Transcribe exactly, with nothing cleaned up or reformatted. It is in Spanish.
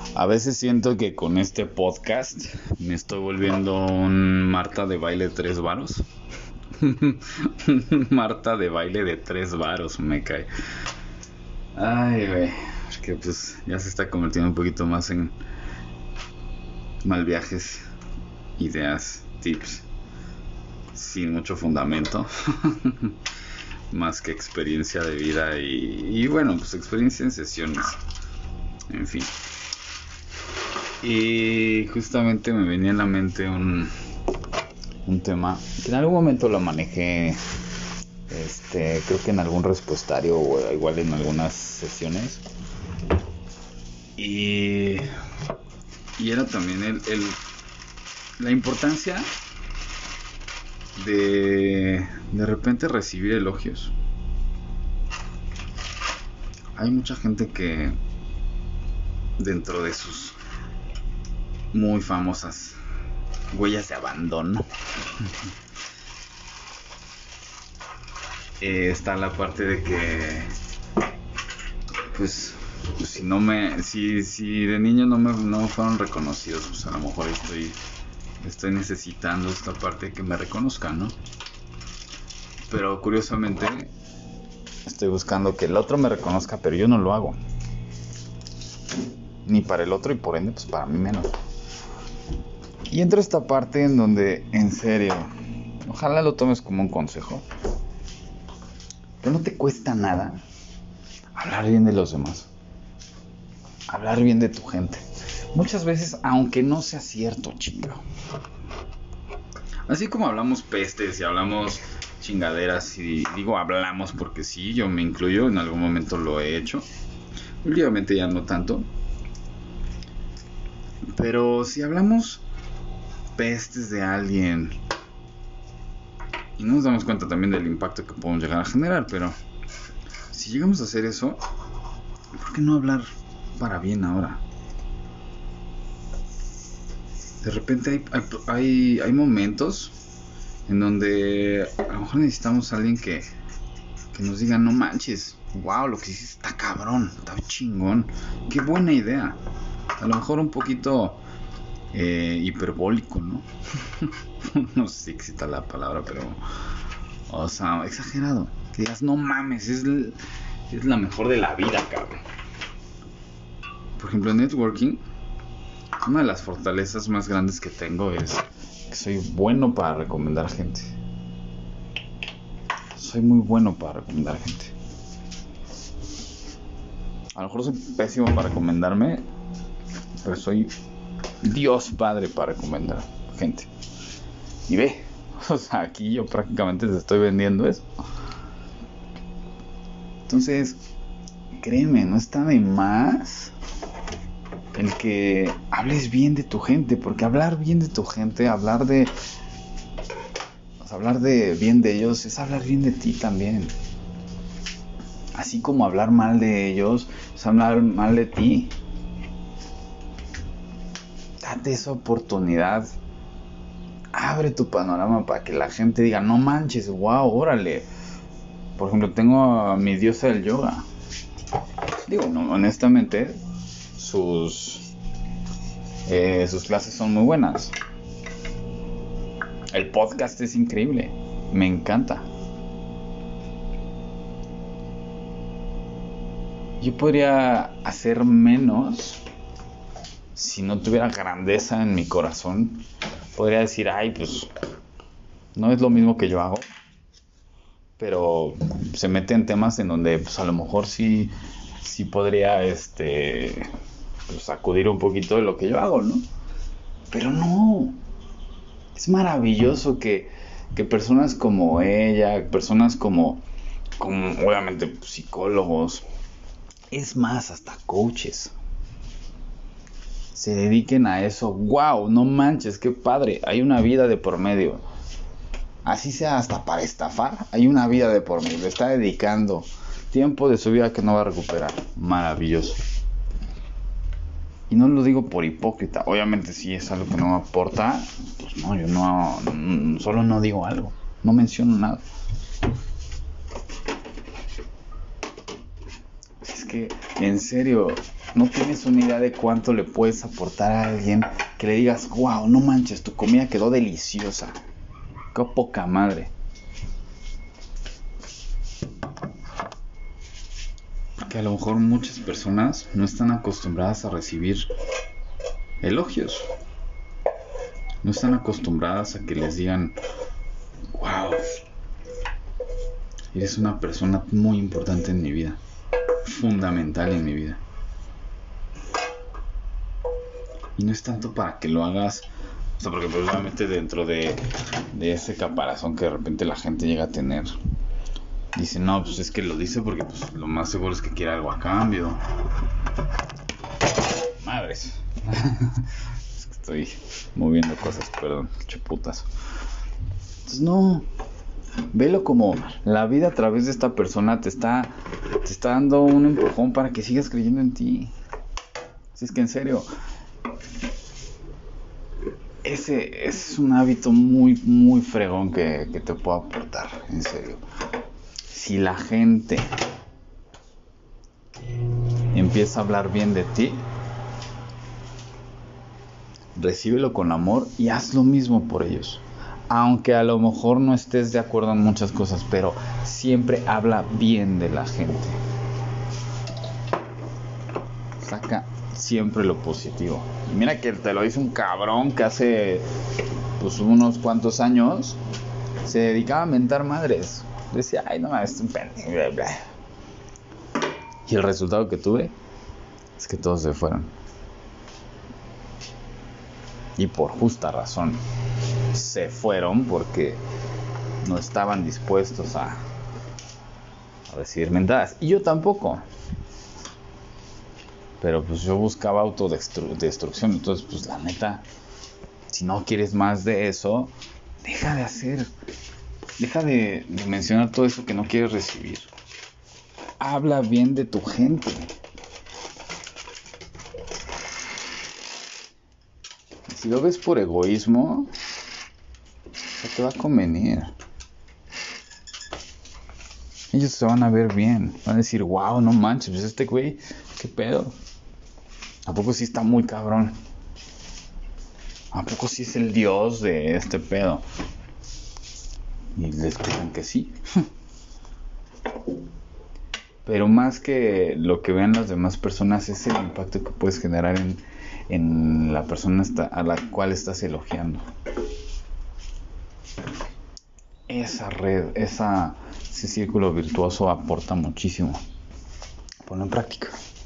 A veces siento que con este podcast me estoy volviendo un Marta de baile de tres varos. Marta de baile de tres varos, me cae. Ay, güey. Es que pues ya se está convirtiendo un poquito más en mal viajes, ideas, tips, sin mucho fundamento. Más que experiencia de vida y, y bueno, pues experiencia en sesiones. En fin. Y justamente me venía en la mente un, un tema que en algún momento lo manejé, este, creo que en algún respuestario o igual en algunas sesiones. Y, y era también el, el, la importancia de de repente recibir elogios. Hay mucha gente que dentro de sus muy famosas huellas de abandono eh, está la parte de que pues, pues si no me si si de niño no me no fueron reconocidos, pues a lo mejor estoy estoy necesitando esta parte de que me reconozcan, ¿no? Pero curiosamente estoy buscando que el otro me reconozca, pero yo no lo hago, ni para el otro y por ende pues para mí menos. Y entra esta parte en donde, en serio, ojalá lo tomes como un consejo, pero no te cuesta nada hablar bien de los demás, hablar bien de tu gente. Muchas veces, aunque no sea cierto, chingo. Así como hablamos pestes y hablamos chingaderas, y digo hablamos porque sí, yo me incluyo, en algún momento lo he hecho. Últimamente ya no tanto. Pero si hablamos pestes de alguien y no nos damos cuenta también del impacto que podemos llegar a generar, pero si llegamos a hacer eso, ¿por qué no hablar para bien ahora? De repente hay, hay, hay, hay momentos en donde a lo mejor necesitamos a alguien que, que nos diga, no manches, wow, lo que hiciste está cabrón, está chingón, qué buena idea. A lo mejor un poquito eh, hiperbólico, ¿no? No sé si exista la palabra, pero o sea, exagerado. Que digas, no mames, es, es la mejor de la vida, cabrón. Por ejemplo, en networking, una de las fortalezas más grandes que tengo es que soy bueno para recomendar gente. Soy muy bueno para recomendar gente. A lo mejor soy pésimo para recomendarme, pero soy Dios padre para recomendar gente. Y ve, o sea, aquí yo prácticamente te estoy vendiendo eso. Entonces, créeme, no está de más el que hables bien de tu gente, porque hablar bien de tu gente, hablar de, o sea, hablar de bien de ellos es hablar bien de ti también. Así como hablar mal de ellos es hablar mal de ti. Date esa oportunidad. Abre tu panorama para que la gente diga, no manches, wow, órale. Por ejemplo, tengo a mi diosa del yoga. Digo, no, honestamente, sus eh, sus clases son muy buenas. El podcast es increíble, me encanta. Yo podría hacer menos si no tuviera grandeza en mi corazón. Podría decir, ay, pues no es lo mismo que yo hago, pero se mete en temas en donde pues a lo mejor sí sí podría este pues sacudir un poquito de lo que yo hago, ¿no? Pero no, es maravilloso que, que personas como ella, personas como, como obviamente psicólogos, es más, hasta coaches, se dediquen a eso. Wow, no manches, qué padre, hay una vida de por medio. Así sea hasta para estafar, hay una vida de por medio. Le está dedicando tiempo de su vida que no va a recuperar. Maravilloso. Y no lo digo por hipócrita. Obviamente si es algo que no me aporta, pues no, yo no, no solo no digo algo, no menciono nada. Es que, en serio, no tienes una idea de cuánto le puedes aportar a alguien que le digas, wow, no manches, tu comida quedó deliciosa. Qué poca madre. Porque a lo mejor muchas personas no están acostumbradas a recibir elogios. No están acostumbradas a que les digan, wow, eres una persona muy importante en mi vida, fundamental en mi vida. Y no es tanto para que lo hagas, o sea, porque probablemente dentro de, de ese caparazón que de repente la gente llega a tener, dice, no, pues es que lo dice porque pues lo más seguro es que quiera algo a cambio. Madres. Es que estoy moviendo cosas, perdón, chuputas. Entonces no, velo como la vida a través de esta persona te está, te está dando un empujón para que sigas creyendo en ti. Si es que en serio, ese es un hábito muy, muy fregón que, que te puedo aportar, en serio. Si la gente empieza a hablar bien de ti, recíbelo con amor y haz lo mismo por ellos. Aunque a lo mejor no estés de acuerdo en muchas cosas, pero siempre habla bien de la gente. Saca siempre lo positivo. Y mira que te lo dice un cabrón que hace pues unos cuantos años se dedicaba a mentar madres. Decía, ay no, es un pendejo. Y el resultado que tuve es que todos se fueron. Y por justa razón. Se fueron porque no estaban dispuestos a, a recibir mentadas. Y yo tampoco. Pero pues yo buscaba autodestrucción. Entonces pues la neta, si no quieres más de eso, deja de hacer, deja de, de mencionar todo eso que no quieres recibir. Habla bien de tu gente. Si lo ves por egoísmo, no te va a convenir. Ellos se van a ver bien. Van a decir, wow, no manches, pues este güey, qué pedo. ¿A poco sí está muy cabrón? ¿A poco sí es el dios de este pedo? Y les dicen que sí. Pero más que lo que vean las demás personas es el impacto que puedes generar en, en la persona a la cual estás elogiando. Esa red, esa, ese círculo virtuoso aporta muchísimo. Ponlo en práctica.